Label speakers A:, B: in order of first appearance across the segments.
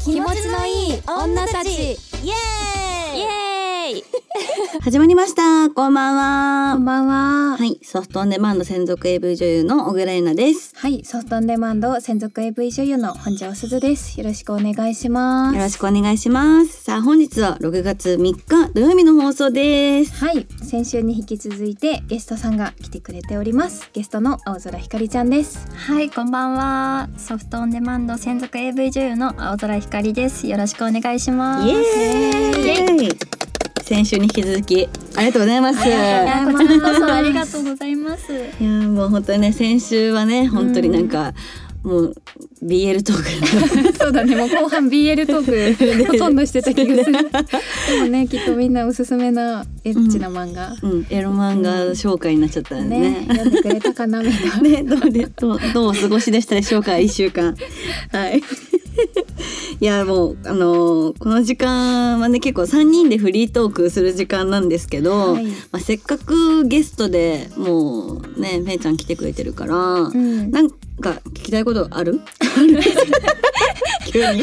A: 気持ちのいい女たち、イエーイイエーイ
B: 始まりました。こんばんは。
A: こんばんは。
B: はい、ソフトオンデマンド専属 AV 女優の小倉優奈です。
A: はい、ソフトオンデマンド専属 AV 女優の本庄すずです。よろしくお願いします。
B: よろしくお願いします。さあ、本日は6月3日土曜日の放送です。
A: はい、先週に引き続いてゲストさんが来てくれております。ゲストの青空ひかりちゃんです。
C: はい、こんばんは。ソフトオンデマンド専属 AV 女優の青空ひかりです。よろしくお願いします。
B: イエーイ。先週に引き続きありがとうございます。
C: こちらこそありがとうございます。
B: いやもう本当にね、先週はね本当になんか、もう BL トーク
A: そうだね、もう後半 BL トークほとんどしてた気がする。でもね、きっとみんなおすすめなエッチな漫画、
B: エロ漫画紹介になっちゃったんですね。
A: 読んでくれたかなみたいな。
B: ね、どうお過ごしでしたでしょうか、1週間。はいいやもうこの時間はね結構3人でフリートークする時間なんですけど、せっかくゲストでもうねめいちゃん来てくれてるから、なんか聞きたいことある？急に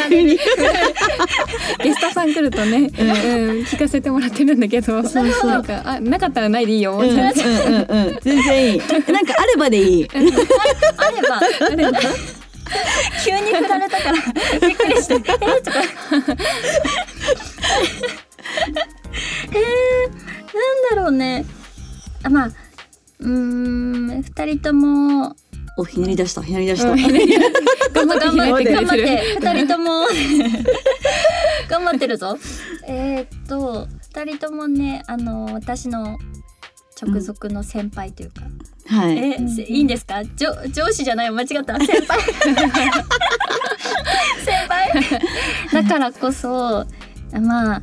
A: ゲストさん来るとね、聞かせてもらってるんだけど、なんかなかったらないでいいよ。
B: 全然いい。なんかあればでいい。
C: あれば急に振られたからびっくりしてとかなんだろうね。まあ2人とも
B: ひねり出した頑張
C: って2人とも頑張ってるぞ。2人ともね私の直属の先輩というか、
B: はい、
C: いいんですか？上司じゃない、間違った先輩先輩だからこそまあ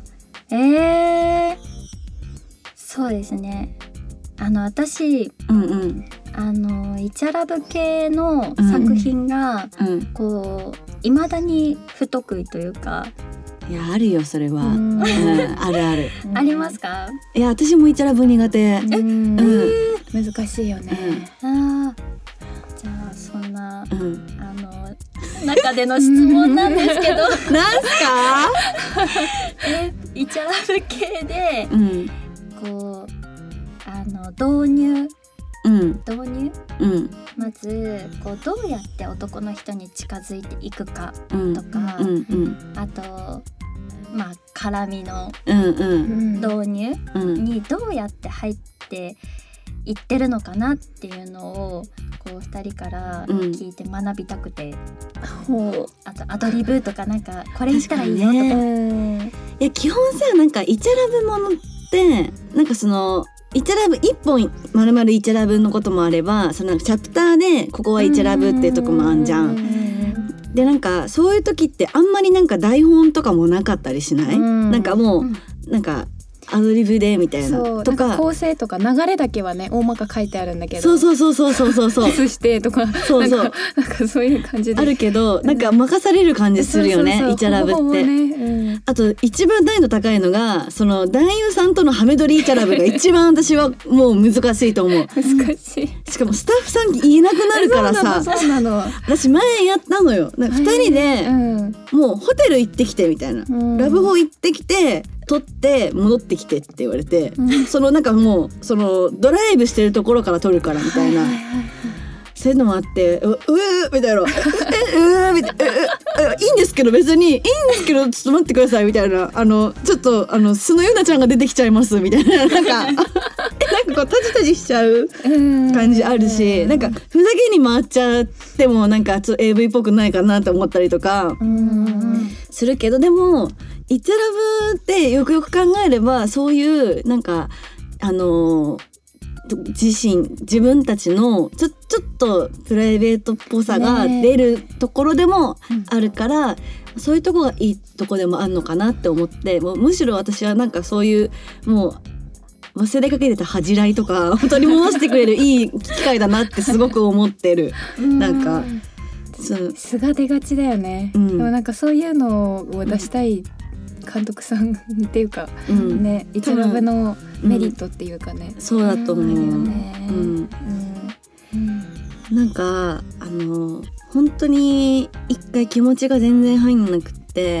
C: そうですね、私、イチャラブ系の作品が、こう未だに不得意というか、
B: いやあるよそれは、あるある
C: ありますか？
B: いや私もイチャラブ苦手。
A: 難しいよね。
C: じゃあそんな、中での質問なんですけど
B: なんすか？
C: イチャラブ系で、こう導入、まずこうどうやって男の人に近づいていくかとか、あと絡みの導入にどうやって入っていってるのかなっていうのをこう2人から聞いて学びたくて、あとアドリブとかなんかこれしたらいいよとか、
B: いや基本さ、なんかイチャラブものってなんかそのイチャラブ1本丸々イチャラブのこともあれば、そのチャプターでここはイチャラブっていうとこもあんじゃん。でなんかそういう時ってあんまりなんか台本とかもなかったりしない？なんかもうなんかアドリブでみたいなとか、
A: 構成とか流れだけはね大まか書いてあるんだけど、
B: そう
A: キスしてとかなんかそういう感じで
B: あるけど、なんか任される感じするよね、イチャラブって。あと一番難易度高いのがその男優さんとのハメ撮りイチャラブが一番私はもう難しいと思う。
A: 難しい。
B: しかもスタッフさん言えなくなるからさ。
A: そうなの。
B: 私前やったのよ。2人でもうホテル行ってきてみたいな、ラブホ行ってきて撮って戻ってきてって言われて、そのなんかもうそのドライブしてるところから撮るからみたいな、そういうのもあって、みたいな、みたいな、いいんですけど別にいいんですけどちょっと待ってくださいみたいな、ちょっと素のゆなちゃんが出てきちゃいますみたいな、なんかこうタジタジしちゃう感じあるし、なんかふざけに回っちゃってもなんかちょっと AV っぽくないかなと思ったりとかするけど、でもイチャラブってよくよく考えればそういうなんか自分たちのちょっとプライベートっぽさが出るところでもあるから、そういうとこがいいとこでもあるのかなって思って、もうむしろ私はなんかそういうもう忘れかけてた恥じらいとか本当に戻してくれるいい機会だなってすごく思ってる。なんか
A: 素が出がちだよね、でもなんかそういうのを出したい監督さんっていうか、ね、イチャラブのメリットっていうかね、
B: そうだと思う。なんか本当に一回気持ちが全然入んなく 、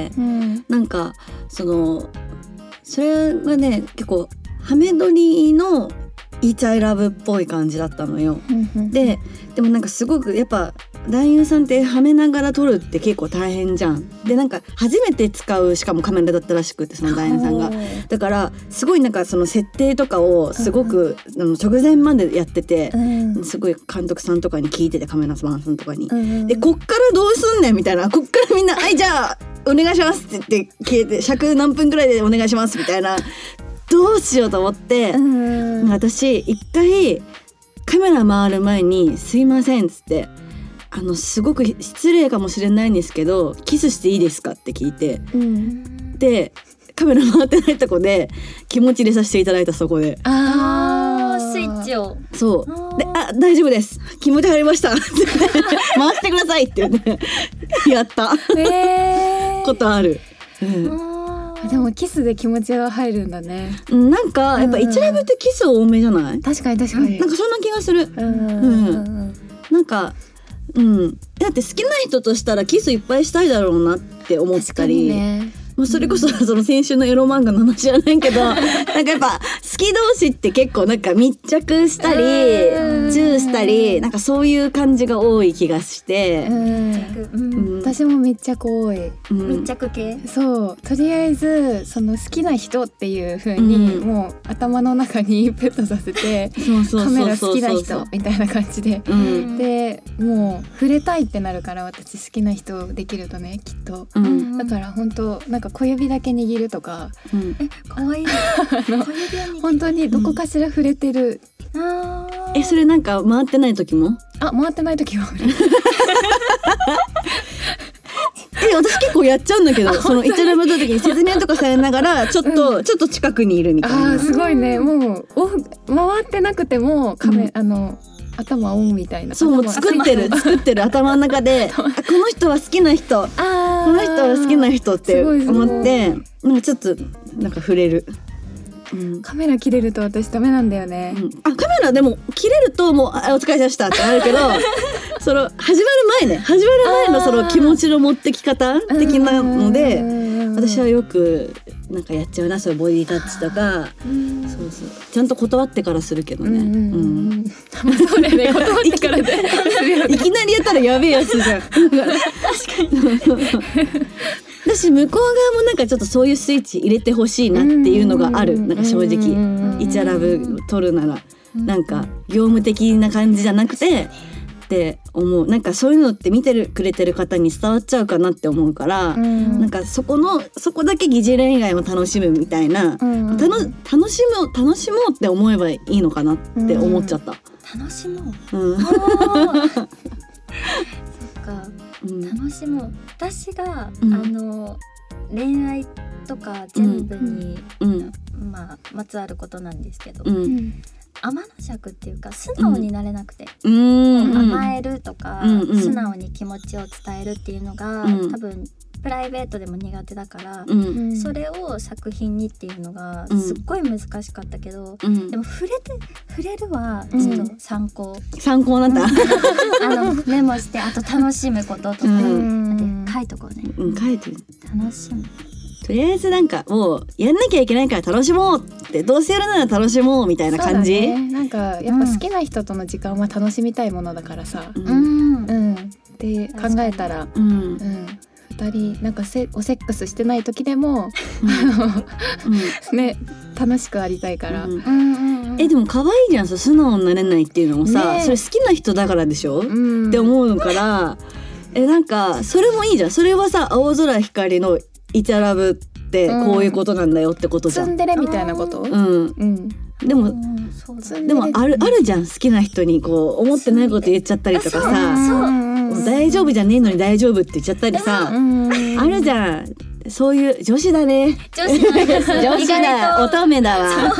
B: なんかそれがね結構ハメ撮りのイチャイラブっぽい感じだったのよ。でもなんかすごくやっぱ男優さんってはめながら撮るって結構大変じゃん。でなんか初めて使うしかもカメラだったらしくて、その男優さんがだからすごいなんかその設定とかをすごく直前までやってて、すごい監督さんとかに聞いてて、カメラマンさんとかに、でこっからどうすんねんみたいな、こっからみんなはいじゃあお願いしますって言って消えて、尺何分ぐらいでお願いしますみたいな、どうしようと思って、私一回カメラ回る前にすいませんっつって、すごく失礼かもしれないんですけどキスしていいですかって聞いて、でカメラ回ってないとこで気持ち入れさせていただいた。そこで
C: スイッチを
B: そうで、大丈夫です気持ち入りました回してくださいって言ってやったことある。
A: でもキスで気持ちが入るんだね。
B: なんかやっぱイチャラブってキス多めじゃない？
A: 確かに確かに。
B: なんかそんな気がする。なんかだって好きな人としたらキスいっぱいしたいだろうなって思ったり。まあ、それこそその先週のエロ漫画の話じゃないけどなんかやっぱ好き同士って結構なんか密着したりチューしたりなんかそういう感じが多い気がして、
A: 私も密着多い、
C: 密着系。
A: そうとりあえずその好きな人っていう風にもう頭の中にインプットさせて、カメラ好きな人みたいな感じで、でもう触れたいってなるから、私好きな人できるとねきっと、だから本当なんか小指だけ握るとか、
C: かわいい
A: 本当にどこかしら触れてる。
B: それなんか回ってない時も？
A: 回ってない時は
B: 私結構やっちゃうんだけどそのイチャラブの時に説明とかされながらちょっと近くにいるみたいな。
A: すごいね。もう回ってなくても頭オンみたいな。
B: そう作ってる頭の中でこの人は好きな人、この人は好きな人って思ってなんかちょっとなんか触れる。
A: カメラ切れると私ダメなんだよね。
B: カメラでも切れるともうお疲れ様でしたってなるけどその始まる前のその気持ちの持ってき方的なので私はよくなんかやっちゃうな、そういうボディタッチとか。そうちゃんと断ってからするけどね。
A: そうだよね、断ってからで
B: いきなりやったらやべえやつじゃん。確かに私向こう側もなんかちょっとそういうスイッチ入れてほしいなっていうのがある。なんか正直イチャラブ取るならなんか業務的な感じじゃなくてって思う。なんかそういうのって見てくれてる方に伝わっちゃうかなって思うから、なんかそこだけ疑似恋愛を楽しむみたいな、楽しもうって思えばいいのかなって思っちゃった。
C: 楽しもう。そっか。楽しもう。私が、恋愛とか全部に、まつわることなんですけど、天の尺っていうか素直になれなくて、甘えるとか、素直に気持ちを伝えるっていうのが、多分プライベートでも苦手だから、それを作品にっていうのがすっごい難しかったけど、でも触れるはちょっと参考
B: なんだ
C: メモして、あと楽しむこととか、書いとこうね。
B: 書いてる。
C: 楽しむ。
B: とりあえずなんかもうやんなきゃいけないから楽しもうって、どうせやるなら楽しもうみたいな感じ。
A: なんかやっぱ好きな人との時間は楽しみたいものだからさ、って考えたら、2人なんかおセックスしてない時でもね、楽しくありたいから。
B: でも可愛いじゃん、素直になれないっていうのもさ、それ好きな人だからでしょ、って思うからなんかそれもいいじゃん。それはさ、青空光のイチャラブってこういうことなんだよってことじゃん。
A: ツンデレみたいなこと。
B: でもあるじゃん、好きな人にこう思ってないこと言っちゃったりとかさ、大丈夫じゃねえのに大丈夫って言っちゃったりさ、あるじゃん。そういう女子だね。女子だ、乙女だわ。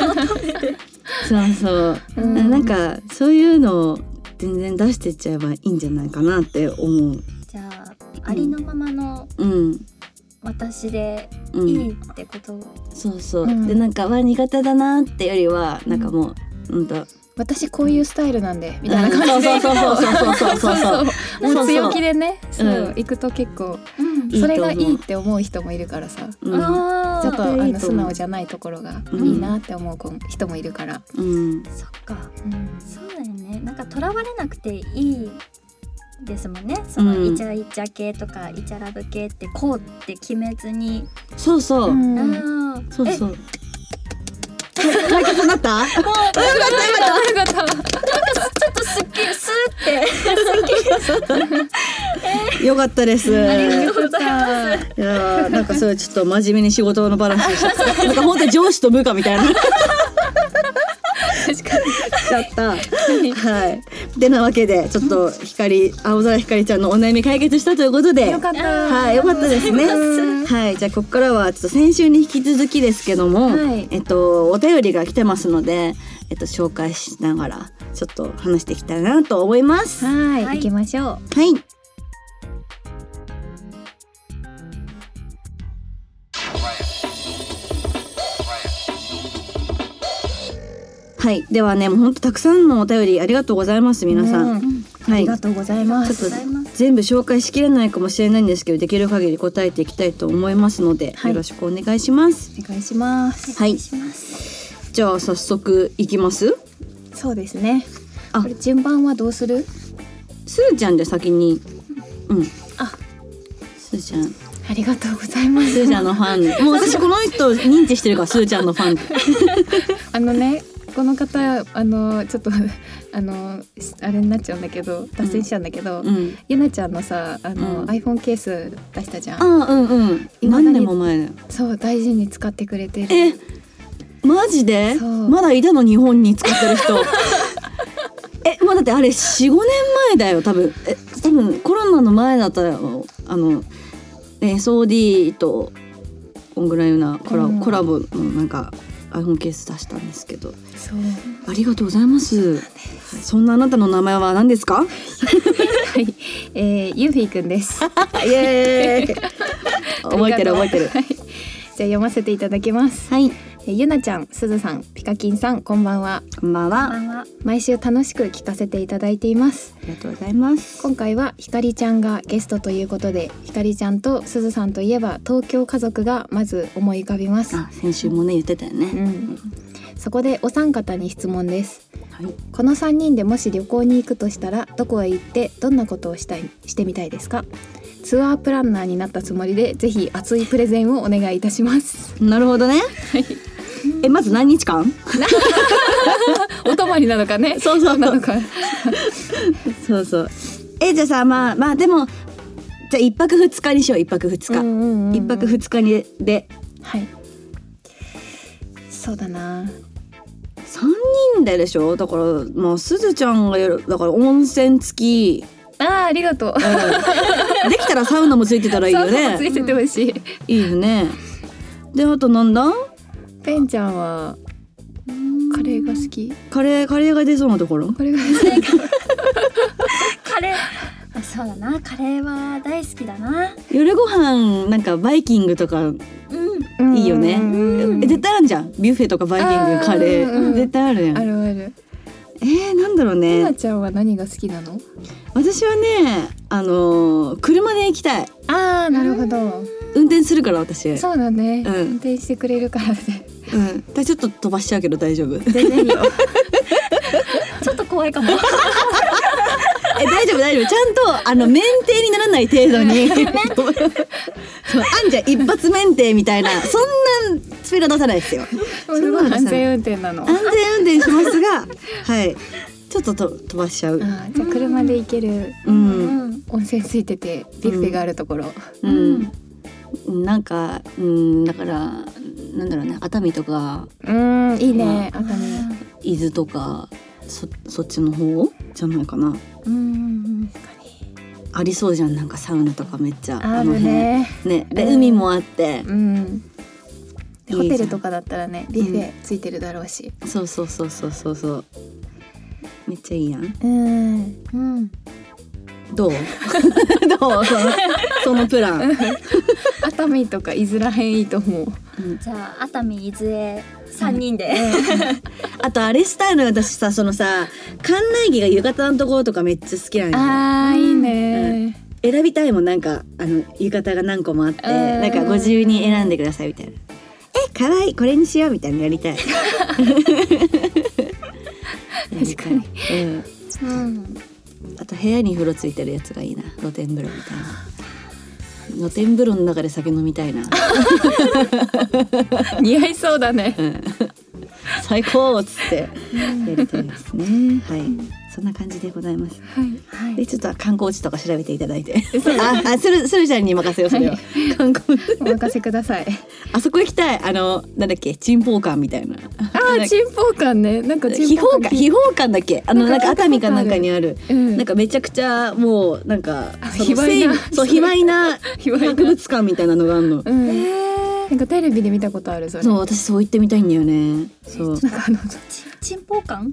B: そうなんかそういうのを全然出してっちゃえばいいんじゃないかなって思う。
C: じゃあありのままの私でいいってこと。
B: そうでなんか苦手だなってよりはなんかもう
A: 私こういうスタイルなんでみたいな感じで、もう強気でね、行くと結構それがいいって思う人もいるからさ、ちょっと素直じゃないところがいいなって思う人もいるから、
C: そっか、そうだよね。なんかとらわれなくていいですもんね。そのイチャイチャ系とかイチャラブ系ってこうって決めずに、
B: そうそう、そうそう。解決になった？よかった。
C: ちょっとすっきりスーってよ
B: かったです。
C: ありがとうございます。
B: いやなんかそれちょっと真面目に仕事の話でした。なんか本当に上司と部下みたいな。
A: 確かに
B: しちゃった。はい。でなわけでちょっと青空ひかりちゃんのお悩み解決したということで、
A: よかった。
B: はい、よかったですね。はい、じゃあここからはちょっと先週に引き続きですけども、お便りが来てますので、紹介しながらちょっと話していきたいなと思います。
A: はい、行きましょう。
B: はい。はい、ではね、もう本当たくさんのお便りありがとうございます皆さん。
A: ありがとうございます。
B: ちょっと全部紹介しきれないかもしれないんですけど、できる限り答えていきたいと思いますので、よろしくお願いします。
A: お願いします。
B: はい。じゃあ早速いきます。
A: そうですね。これ順番はどうする？
B: すーちゃんで先に。すーちゃん。
A: ありがとうございます。
B: すーちゃんのファン。もう私この人認知してるから、すーちゃんのファン。
A: ね。この方ちょっとあれになっちゃうんだけど、脱線しちゃうんだけど、ゆなちゃんのさiPhone ケース出したじゃん。
B: 何年も前だよ。
A: そう大事に使ってくれてる。
B: マジで？まだいたの日本に使ってる人。まあだってあれ 4,5 年前だよ多分。多分コロナの前だったらSOD とこんぐらいなコラボのなんかiPhone ケース出したんですけど、ありがとうございます。そんなあなたの名前は何ですか？
A: はい、ユーフィーくんです。
B: イエーイ。覚えてる。じゃあ
A: 読ませていただきます。
B: はい。
A: ゆなちゃん、すずさん、ピカキンさん、こんばんは。
B: こんばんは。
A: 毎週楽しく聞かせていただいています。
B: ありがとうございます。
A: 今回はひかりちゃんがゲストということで、ひかりちゃんとすずさんといえば東京家族がまず思い浮かびます。
B: 先週もね言ってたよね。
A: そこでお三方に質問です。この3人でもし旅行に行くとしたら、どこへ行ってどんなことをしてみたいですか？ツアープランナーになったつもりで、ぜひ熱いプレゼンをお願いいたします。
B: なるほどね。まず何日間？
A: お泊まりなのかね。そうなのか。
B: そう。じゃあさ、まあでもじゃあ1泊2日にしよう。1泊2日。1泊2日にで。
A: はい。そうだな。
B: 3人でしょ。だからもうすずちゃんがやる。だから温泉付き。
A: ありがとう。
B: できたらサウナもついてたらいいよね。
A: ついててほしい。
B: いいよね。であとなんだ？
A: ペンちゃんはカレーが好き。
B: カレーが出そうなところ。
C: カレーそうだな。カレーは大好きだな。
B: 夜ご飯なんかバイキングとかいいよね。絶対あるじゃん。ビュッフェとかバイキングカレー絶対あるやん。
A: ある。
B: なんだろうね。
A: ゆなちゃんは何が好きなの？
B: 私はね車で行きたい。
A: なるほど。
B: 運転するから私。
A: そうだね。運転してくれるからね。
B: ちょっと飛ばしちゃうけど大丈夫。
A: 全然いいよ。
C: ちょっと怖いかも。
B: 大丈夫。ちゃんと免停にならない程度に。じゃ一発免停みたいなそんなスピード出さないですよ。
A: それは安全運転なの。
B: 安全運転しますが、はい。ちょっと飛ばしちゃう。
A: じゃあ車で行ける。温泉ついててビュッフェがあるところ。
B: なんかだからなんだろうね、熱海とか
A: いいね、熱海
B: 伊豆とかそっちの方じゃないかな。確かにありそうじゃん。なんかサウナとかめっちゃ
A: あるね。
B: で海もあって、
A: でホテルとかだったらねビュッフェついてるだろうし。
B: そうめっちゃいいやん。どうそのプラン。
A: 熱海とか伊豆らへんいいと思う。
C: じゃあ熱海伊豆へ3人で。
B: あとあれしたいのよ私さ、そのさ館内着が浴衣のところとかめっちゃ好きなんだよ。
A: いいね。
B: 選びたいもん、なんか浴衣が何個もあって、なんかご自由に選んでくださいみたいな。可愛いこれにしようみたいなやりたい。
A: 確かに。
B: あと部屋に風呂ついてるやつがいいな、露天風呂みたいな。露天風呂の中で酒飲みたいな。
A: 似合いそうだね。
B: 最高っつってやりたいですね。はい、そんな感じでございます。
C: はい。
B: でちょっと観光地とか調べていただいて、するちゃんに任せようそれは。観光
A: お任せください。
B: あそこ行きたい。なんだっけ、珍宝館みたいな。
A: 珍宝館ね。なんか
B: 秘宝館だっけ。なんか熱海かなんかにある。なんかめちゃくちゃもうなんか
A: 卑猥
B: な博物館みたいなのがあるの。
A: なんかテレビで見たことある。それ。
B: そう、私そう行ってみたいんだよね。そう。
A: なんか
C: 珍宝館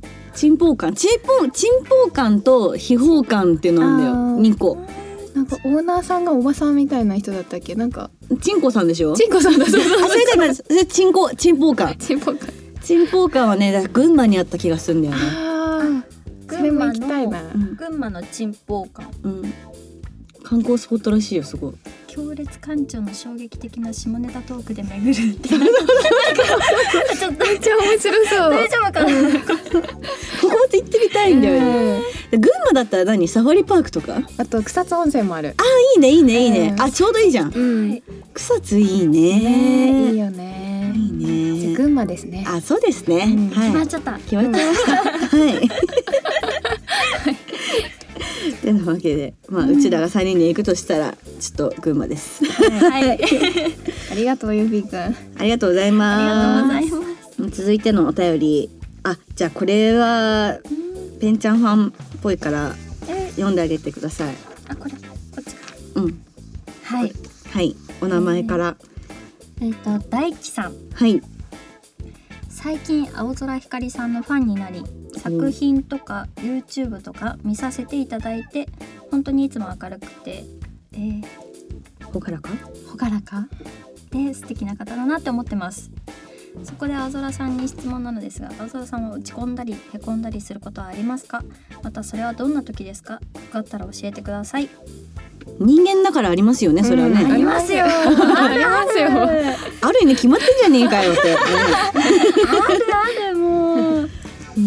B: と秘宝館っていうのなんだよ。2個。
A: なんかオーナーさんがおばさんみたいな人だったっけ。なんか
B: チンコさんでしょ。
A: チンコさんだ。そうそう。
B: それ珍宝館。珍宝館はね、群馬にあった気がするんだよね。
A: 群馬行きたいな。
C: 群馬の珍宝館。
B: 観光スポットらしいよ、すごい。
C: 強烈館長の衝撃的な下ネタトークで巡るって。ちょっと
A: めっちゃ面白そう。
C: 大丈夫かな。
B: ここって行ってみたいんだよね。群馬だったら何、サファリパークとか。
A: あと草津温泉もある。
B: いいね。ちょうどいいじゃん。草津いいね。
A: いいよね。
B: いいね。
A: じゃ群馬ですね。
B: そうですね。
C: 決まっちゃった。
B: 決まっちゃいました。はい。てなわけで、うちらが3人で行くとしたらちょっと群馬です。
C: はい。
A: ありがとうゆびくん。
B: ありがとうございます。続いてのお便り、じゃあこれはペンちゃんファンっぽいから読んであげてください。
C: こっちか。
B: はい、お名前から。
C: 大輝さん。
B: はい。
C: 最近青空ひかりさんのファンになり、作品とか YouTube とか見させていただいて、本当にいつも明るくて、
B: ほがらか
C: で素敵な方だなって思ってます。そこで青空さんに質問なのですが、青空さんは落ち込んだりへこんだりすることはありますか？またそれはどんな時ですか？よかったら教えてください。
B: 人間だからありますよね、それはね。
C: ありますよ。
A: ありますよ。
B: あるに決まってんじゃねえかよって。
C: あるもう。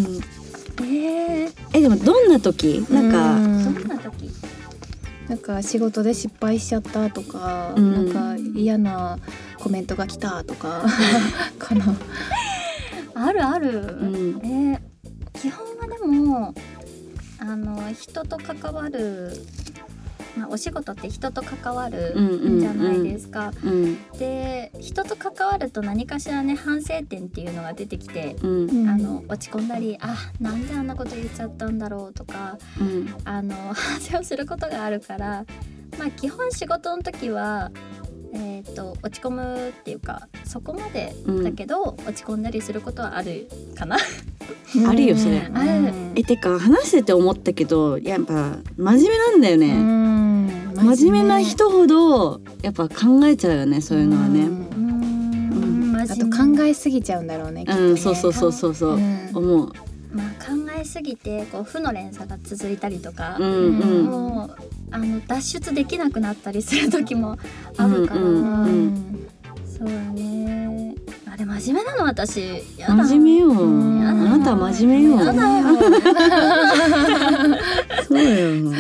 B: でもどんな時？なん
A: か仕事で失敗しちゃったとか、なんか嫌なコメントが来たとかかな。
C: ある。基本はでも人と関わる。お仕事って人と関わるんじゃないですか。で人と関わると何かしらね、反省点っていうのが出てきて、落ち込んだり、なんであんなこと言っちゃったんだろうとか、反省をすることがあるから、基本仕事の時は落ち込むっていうかそこまでだけど、落ち込んだりすることはあるかな。
B: あるよそれ。てか話してて思ったけど、やっぱ真面目なんだよね。真面目な人ほどやっぱ考えちゃうよね、そういうのはね。
A: あと考えすぎちゃうんだろうね。
B: そう思う。
C: 考えすぎて負の連鎖が続いたりとか、もう脱出できなくなったりする時もあるから、そうだね。で真面目なの私。
B: 真面目よ。あなたは真面目よ。そうよ。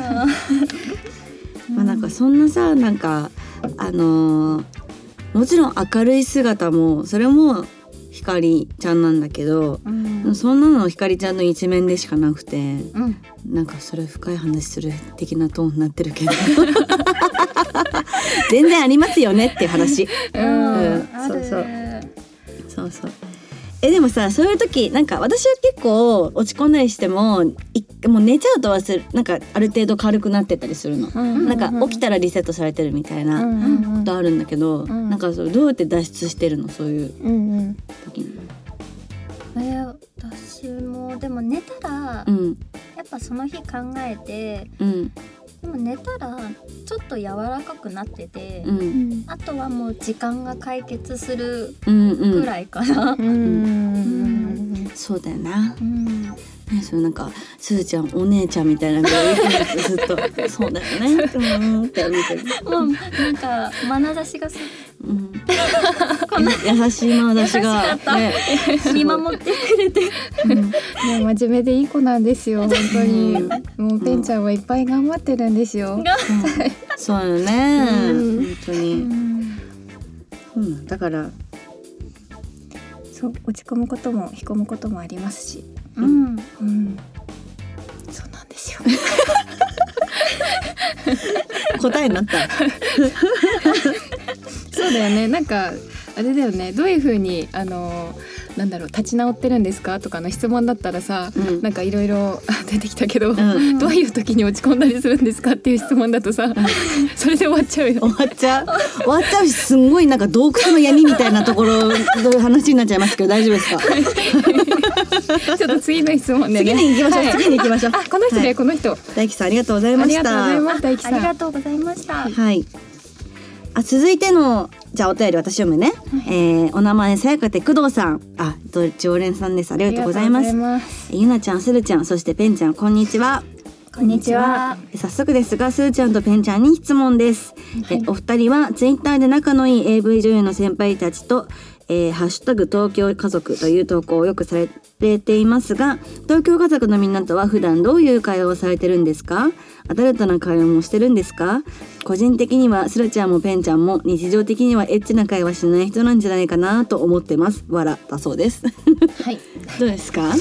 B: なんかそんなさ、なんかもちろん明るい姿もそれもひかりちゃんなんだけど、そんなのひかりちゃんの一面でしかなくて、なんかそれ深い話する的なトーンになってるけど全然ありますよねっていう話。そう。でもさ、そういう時なんか私は結構落ち込んだりしてももう寝ちゃうと忘れ、なんかある程度軽くなってたりするの。なんか起きたらリセットされてるみたいなことあるんだけど、なんかそれどうやって脱出してるの、そういう時に。
C: 私もでも寝たら、やっぱその日考えて、でも寝たらちょっと柔らかくなってて、あとはもう時間が解決するくらいかな。
B: そうだよな。 それなんかすずちゃんお姉ちゃんみたいなぐらいずっとそうだよねって見てる。
C: もうなんか眼差しがする、
B: 優しい眼差しが、ね、
C: 見守ってくれて、
A: 真面目でいい子なんですよ本当に。もうペンちゃんはいっぱい頑張ってるんですよ。
B: そうよね、本当に、だから
A: そう落ち込むことも引っ込むこともありますし、そうなんですよ。
B: 答えになった。
A: そうだよね。なんかあれだよね。どういう風になんだろう立ち直ってるんですかとかの質問だったらさ、なんかいろいろ出てきたけど、どういう時に落ち込んだりするんですかっていう質問だとさ、それで終わっちゃうよ。
B: 終わっちゃうし、すんごいなんか洞窟の闇みたいなところの話になっちゃいますけど大丈夫ですか？
A: ちょっと次の質問でね。
B: 次に行きましょう。
A: この人でこの人。
B: 大輝さんありがとうございました。
A: ありがとうございます大輝さん。
C: ありがとうございました。
B: はい。続いてのじゃあお便り私読むね、お名前さやかて工藤さん、常連さんです。ありがとうございます。ゆなちゃん、するちゃん、そしてペンちゃん、こんにちは。
C: こんにちは。
B: 早速ですが、するちゃんとペンちゃんに質問です。お二人はツイッターで仲のいい AV 女優の先輩たちと、ハッシュタグ東京家族という投稿をよくされていますが、東京家族のみんなとは普段どういう会話をされてるんですか？アダルトな会話もしてるんですか？個人的にはするちゃんもペンちゃんも日常的にはエッチな会話しない人なんじゃないかなと思ってます。笑だそうです。
A: はい。
B: どうですか？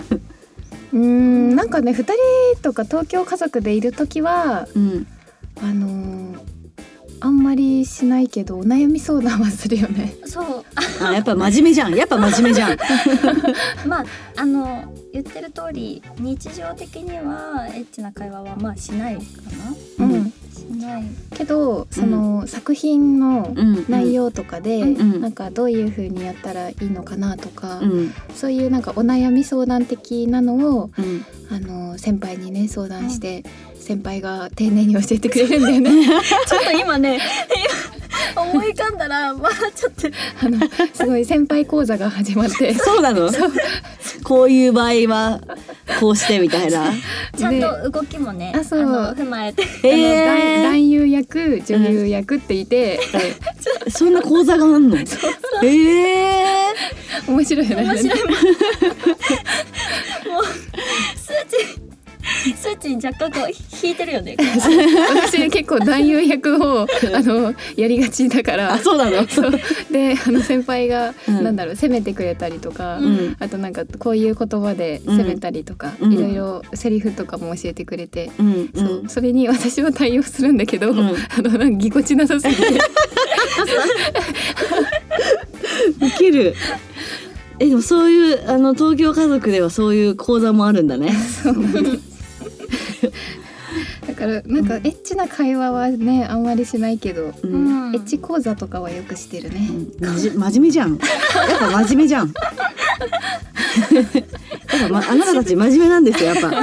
A: なんかね、2人とか東京家族でいるときは、あんまりしないけどお悩み相談はするよね。
C: そう。
B: やっぱ真面目じゃん。まあ
C: 言ってる通り日常的にはエッチな会話はまあしないかな。しない
A: けどその作品の内容とかでなんかどういう風にやったらいいのかなとか、そういうなんかお悩み相談的なのを先輩にね相談して、先輩が丁寧に教えてくれるんだよね。
C: ちょっと今ね思い浮かんだらまあちょっと
A: すごい先輩講座が始まって。
B: そうなの？こういう場合はこうしてみたいな。
C: ちゃんと動きもね踏まえて、
A: 男優役女優役っていて、
B: そんな講座があんの？面
A: 白いよね。
C: もうスーチに若干こう引いてるよね。
A: 私結構男優役をやりがちだから。
B: そうなの？
A: で先輩がなんだろう責めてくれたりとか、あとなんかこういう言葉で責めたりとか、いろいろセリフとかも教えてくれて、それに私は対応するんだけど、なんかぎこちなさすぎて。
B: ウケる。でもそういう東京家族ではそういう講座もあるんだね。
A: だからなんかエッチな会話はねあんまりしないけど、エッチ講座とかはよくしてるね。
B: 真面目じゃん。やっぱ真面目じゃん。やっぱ、あなたたち真面目なんですよやっぱ。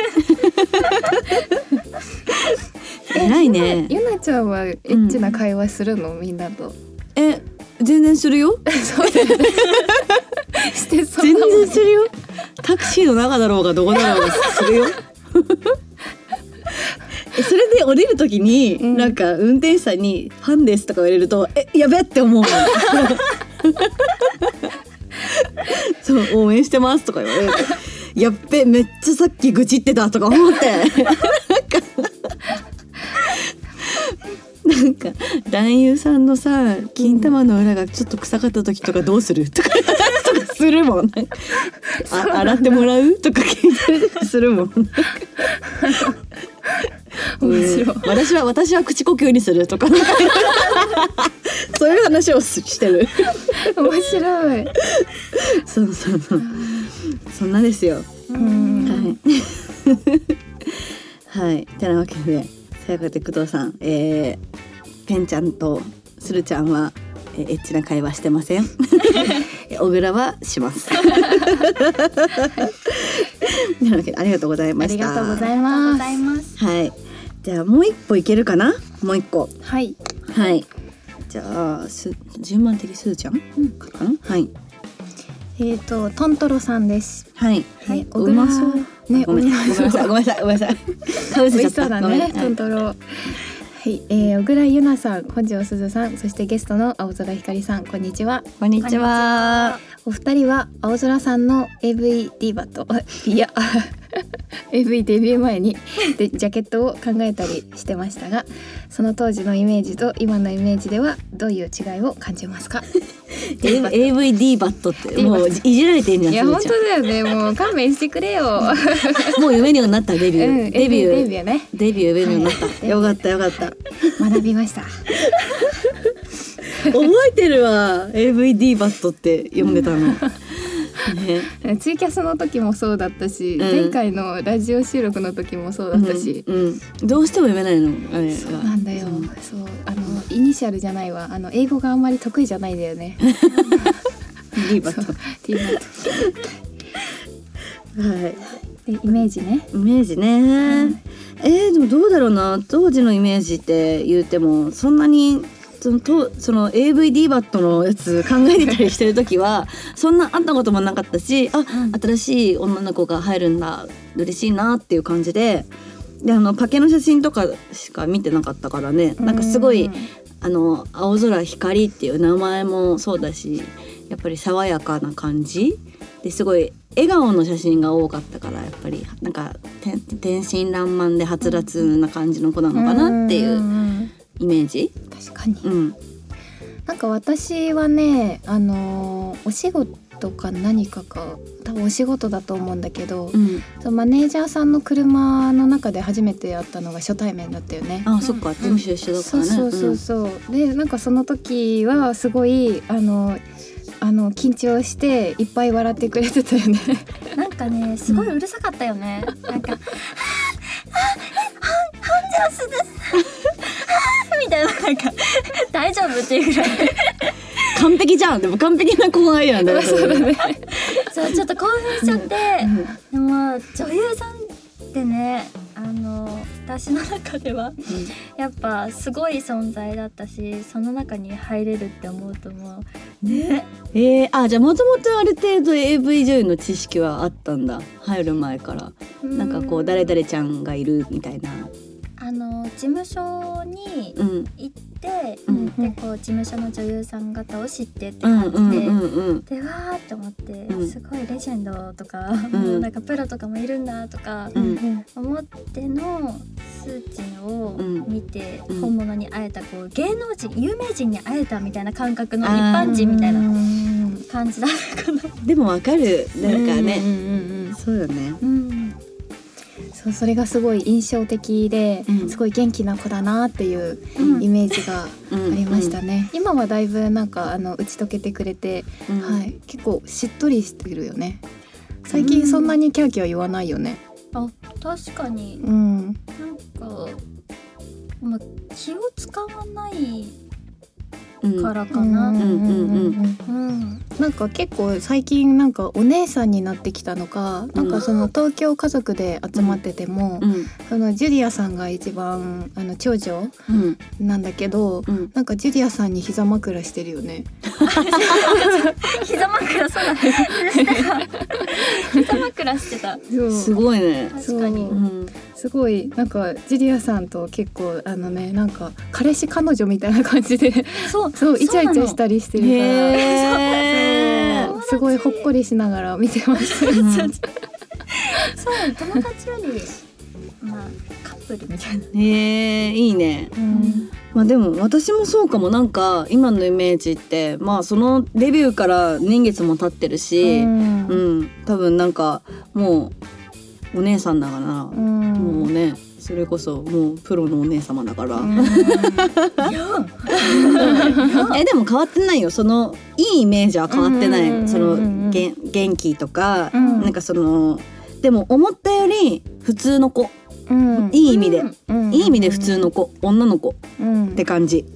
B: 偉いね。
A: ゆなちゃんはエッチな会話するの？みんなと。
B: 全然するよ。
A: そうだよね。してそう。
B: 全然するよ。タクシーの中だろうがどこだろうがするよ。それで降りるときに、なんか運転手さんにファンですとか言われるとやべって思う。そう応援してますとか言われるとやっべめっちゃさっき愚痴ってたとか思ってなんか男優さんのさ金玉の裏がちょっと臭かった時とかどうするとかするもん。洗ってもらうとか聞いたりするもん。私は口呼吸にするとかそういう話をしてる。
A: 面白い。
B: そうそんなですよ。はい。てなわけでさやかて工藤さん、ペンちゃんとするちゃんはエッチな会話してません。小倉はします。ありがとうございました。
A: ありがとうございます。
B: はい。じゃあもう一歩いけるかな。もう一個。
A: はい。
B: はい。じゃあ順番的すずちゃんかな。はい。
A: トントロさんです。
B: はい。
A: うまそうね。
B: ごめんなさい。
A: 美味しそうだね。トントロ。はい、小倉優奈さん、本庄すずさん、そしてゲストの青空ひかりさん、こんにちは。
B: こんにちは。
A: お二人は青空さんの AV ディーバといやAV デビュー前にジャケットを考えたりしてましたが、その当時のイメージと今のイメージではどういう違いを感じますか？
B: AV ディーバットってもういじられてんじゃん。
A: いや本当だよね。もう勘弁してくれよ。
B: もう夢になったデビュー、
A: デビューね。
B: デビュー夢になった。よかった。
A: 学びました。
B: 覚えてるわ。AV ディーバットって読んでたの。
A: ね、ツイキャスの時もそうだったし、前回のラジオ収録の時もそうだったし、
B: どうしても読めないのあれが。
A: そうなんだよ。そうイニシャルじゃないわ。英語があんまり得意じゃないんだよね。
B: ディーバット。はい。
A: でイメージね。
B: イメージね。でもどうだろうな。当時のイメージって言ってもそんなに。その AV ディーバットのやつ考えてたりしてる時はそんな会ったこともなかったし、新しい女の子が入るんだ嬉しいなっていう感じでパケの写真とかしか見てなかったからね。なんかすごい青空光っていう名前もそうだし、やっぱり爽やかな感じですごい笑顔の写真が多かったから、やっぱりなんか天真爛漫ではつらつな感じの子なのかなっていうイメージ。
A: 確かに、なんか私はねお仕事か何か多分お仕事だと思うんだけど、マネージャーさんの車の中で初めて会ったのが初対面だったよね。
B: そっか、事務所一緒だからね。
A: そうでなんかその時はすごい緊張していっぱい笑ってくれてたよね。
C: なんかねすごいうるさかったよね。なんか本庄すずみたいな、なんか大丈夫っていうぐらい
B: 完璧じゃん。でも完璧な子がいいやんだよ。
A: そうだね。
C: そうちょっと興奮しちゃって、でも女優さんってね私の中では、やっぱすごい存在だったし、その中に入れるって思うともうね。
B: じゃあもともとある程度 AV 女優の知識はあったんだ、入る前から。なんかこう誰々ちゃんがいるみたいな。
C: 事務所に行って、でこう事務所の女優さん方を知ってって感じで、でわーって思って、すごいレジェンドとか、もうなんかプロとかもいるんだとか、思っての数値を見て、本物に会えたこう芸能人有名人に会えたみたいな感覚の一般人みたいな感じだったかな。
B: でもわかる。なんかね、そうだね。
A: それがすごい印象的で、すごい元気な子だなっていうイメージがありましたね。今はだいぶなんか打ち解けてくれて、結構しっとりしてるよね。最近そんなにキャーキャー言わないよね。
C: 確かに、なんか、気を使わないからかな。なん
A: か結構最近なんかお姉さんになってきたのか、なんかその東京家族で集まってても、そのジュリアさんが一番長女なんだけど、なんかジュリアさんに膝枕してるよね。
C: 膝枕そうだね。膝枕してた。
B: すごいね。
C: 確かに。
A: すごいなんかジュリアさんと結構なんか彼氏彼女みたいな感じでそうイチャイチャしたりしてるから、すごいほっこりしながら見てました。
C: そう友達よりカップルみたいな。
B: いいね。でも私もそうかも。なんか今のイメージってそのデビューから年月も経ってるし、多分なんかもうお姉さんだから、もうねそれこそもうプロのお姉様だから。でも変わってないよ。そのいいイメージは変わってない。その元気とか、なんかそのでも思ったより普通の子、いい意味で、いい意味で普通の子、女の子って感じ、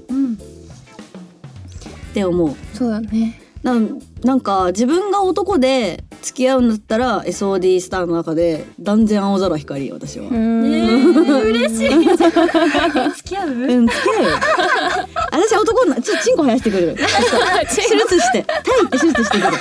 B: って思う。
A: そうだね。
B: なんか自分が男で付き合うんだったら SOD スターの中で断然青空光よ、私は。
C: 嬉しい。付き合う？
B: 付き合うよ。私男ちょっとチンコ生やしてくる手術してタイって手術してくる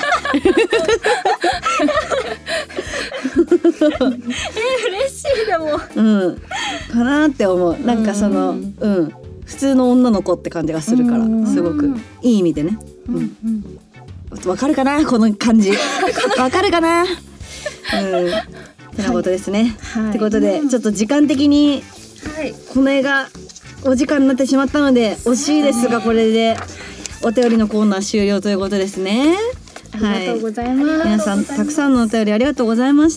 C: 嬉しいでも
B: かなって思う。なんかその普通の女の子って感じがするからすごくいい意味でね。わかるかなこの感じわかるかなってなことですね。ってことでちょっと時間的にこの映画お時間になってしまったので惜しいですがこれでお便りのコーナー終了ということですね。
A: ありがとうございます。
B: 皆さんたくさんのお便りありがとうございました。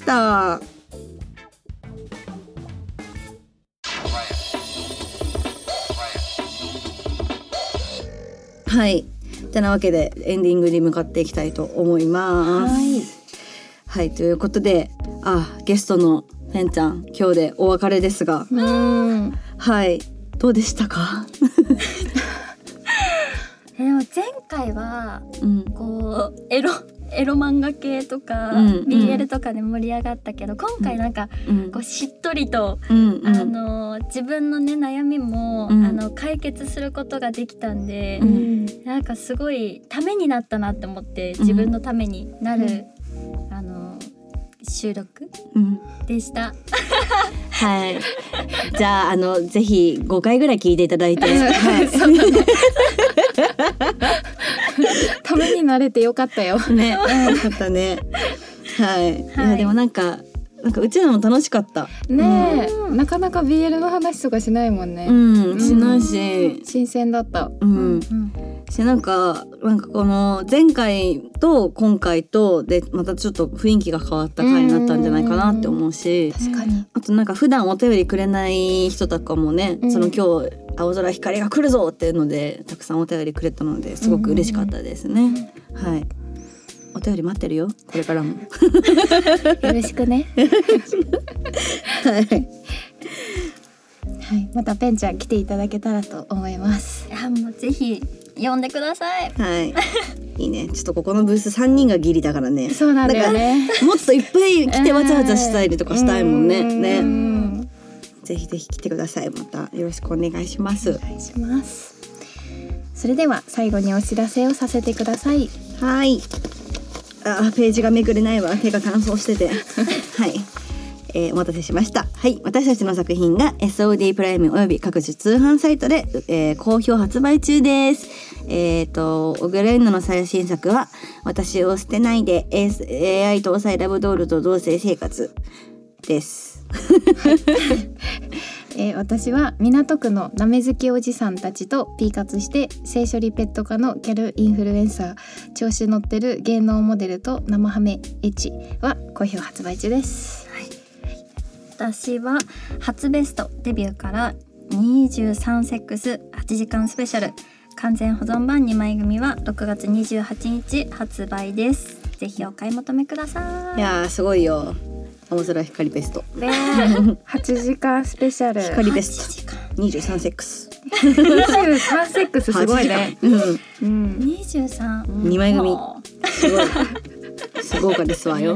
B: はい。てなわけでエンディングに向かっていきたいと思います。はい、ということでゲストのペンちゃん今日でお別れですが、はいどうでしたか？
C: でも前回は、こうエロ漫画系とか、BL とかで盛り上がったけど今回なんか、こうしっとりと、自分のね悩みも、解決することができたんで、なんかすごいためになったなって思って自分のためになる、収録、でした。
B: はい。じゃあぜひ5回ぐらい聞いていただいて、
A: ためになれてよかったよ。
B: ね、よかったね。はい。いやでもなんかうちらも楽しかった
A: ね。なかなか BL の話とかしないもんね。
B: しないし
A: 新鮮だった。
B: なんかこの前回と今回とでまたちょっと雰囲気が変わった回になったんじゃないかなって思うし、
A: 確かに。
B: あとなんか普段お便りくれない人とかもね、その今日青空光が来るぞっていうのでたくさんお便りくれたのですごく嬉しかったですね。はい。お便り待ってるよこれからも。よ
A: ろしくね。
B: はい。
A: はい、またペンちゃん来ていただけたらと思います。
C: いやもうぜひ呼んでください。
B: はい。いいね。ちょっとここのブース3人がギリだからね。
A: そうなんだよね。
B: もっといっぱい来てわちゃわちゃしたりとかしたいもんね。ね。ぜひぜひ来てください。またよろしくお願いします。
A: お願いします。それでは最後にお知らせをさせてください。
B: はい。ページがめくれないわ。手が乾燥してて。はい。お待たせしました。はい、私たちの作品が SOD プライムおよび各種通販サイトで、好評発売中です。小倉優奈の最新作は私を捨てないで AI 搭載ラブドールと同棲生活です。
A: 私は港区のなめ好きおじさんたちとピー活して性処理ペット科のギャルインフルエンサー調子乗ってる芸能モデルと生ハメエチは好評発売中です。
C: 私は初ベストデビューから23セックス8時間スペシャル完全保存版2枚組は6月28日発売です。ぜひお買い求めください。
B: いやーすごいよ。青空光ベスト、
A: 8時間スペシャル
B: 光ベスト23セックス
A: 23セックスすごいね。
C: 23
B: 2枚組すごいすごかですわよ。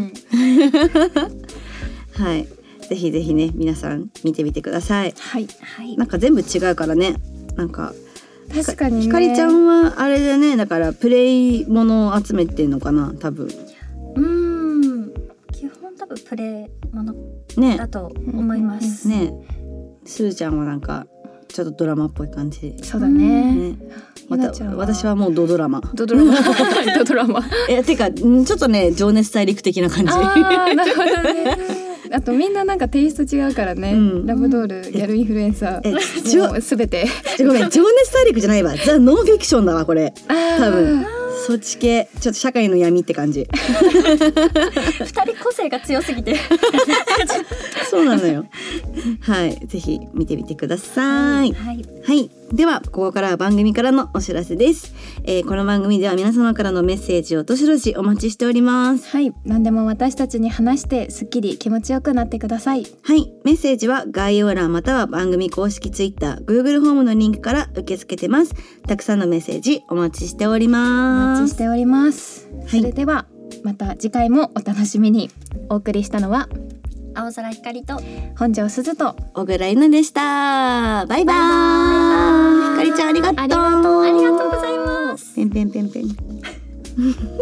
B: はい。ぜひぜひね皆さん見てみてください。
A: はい。
B: なんか全部違うからね。なんか
A: 確かにね。
B: ひかりちゃんはあれだね。だからプレイものを集めてんのかな多分。
C: 基本多分プレイものだと思います。
B: ね。すーちゃんはなんかちょっとドラマっぽい感じ。
A: そうだね。
B: 私はもうドドラマ。
A: ドドラマ。
B: てかちょっとね情熱大陸的な感じ。
A: なるほどね。あとみんななんかテイスト違うからね、ラブドールギャルインフルエンサーもうすべて
B: ごめん情熱大陸じゃないわザ・ノンフィクションだわこれ多分そっち系ちょっと社会の闇って感じ
C: 2人個性が強すぎて
B: そうなのよはいぜひ見てみてください。はい、ではここからは番組からのお知らせです。この番組では皆様からのメッセージをどしどしお待ちしております。
A: はい、何でも私たちに話してすっきり気持ちよくなってください。
B: はい、メッセージは概要欄または番組公式 Twitter、Google ホームのリンクから受け付けてます。たくさんのメッセージお待ちしております。
A: お待ちしております。それではまた次回もお楽しみに。お送りしたのは
C: 青空光と
A: 本庄すずと
B: 小倉優奈でした。バイバーイ。ひかりちゃんありがとう。
C: ありがとうございます。
B: ペンペンペン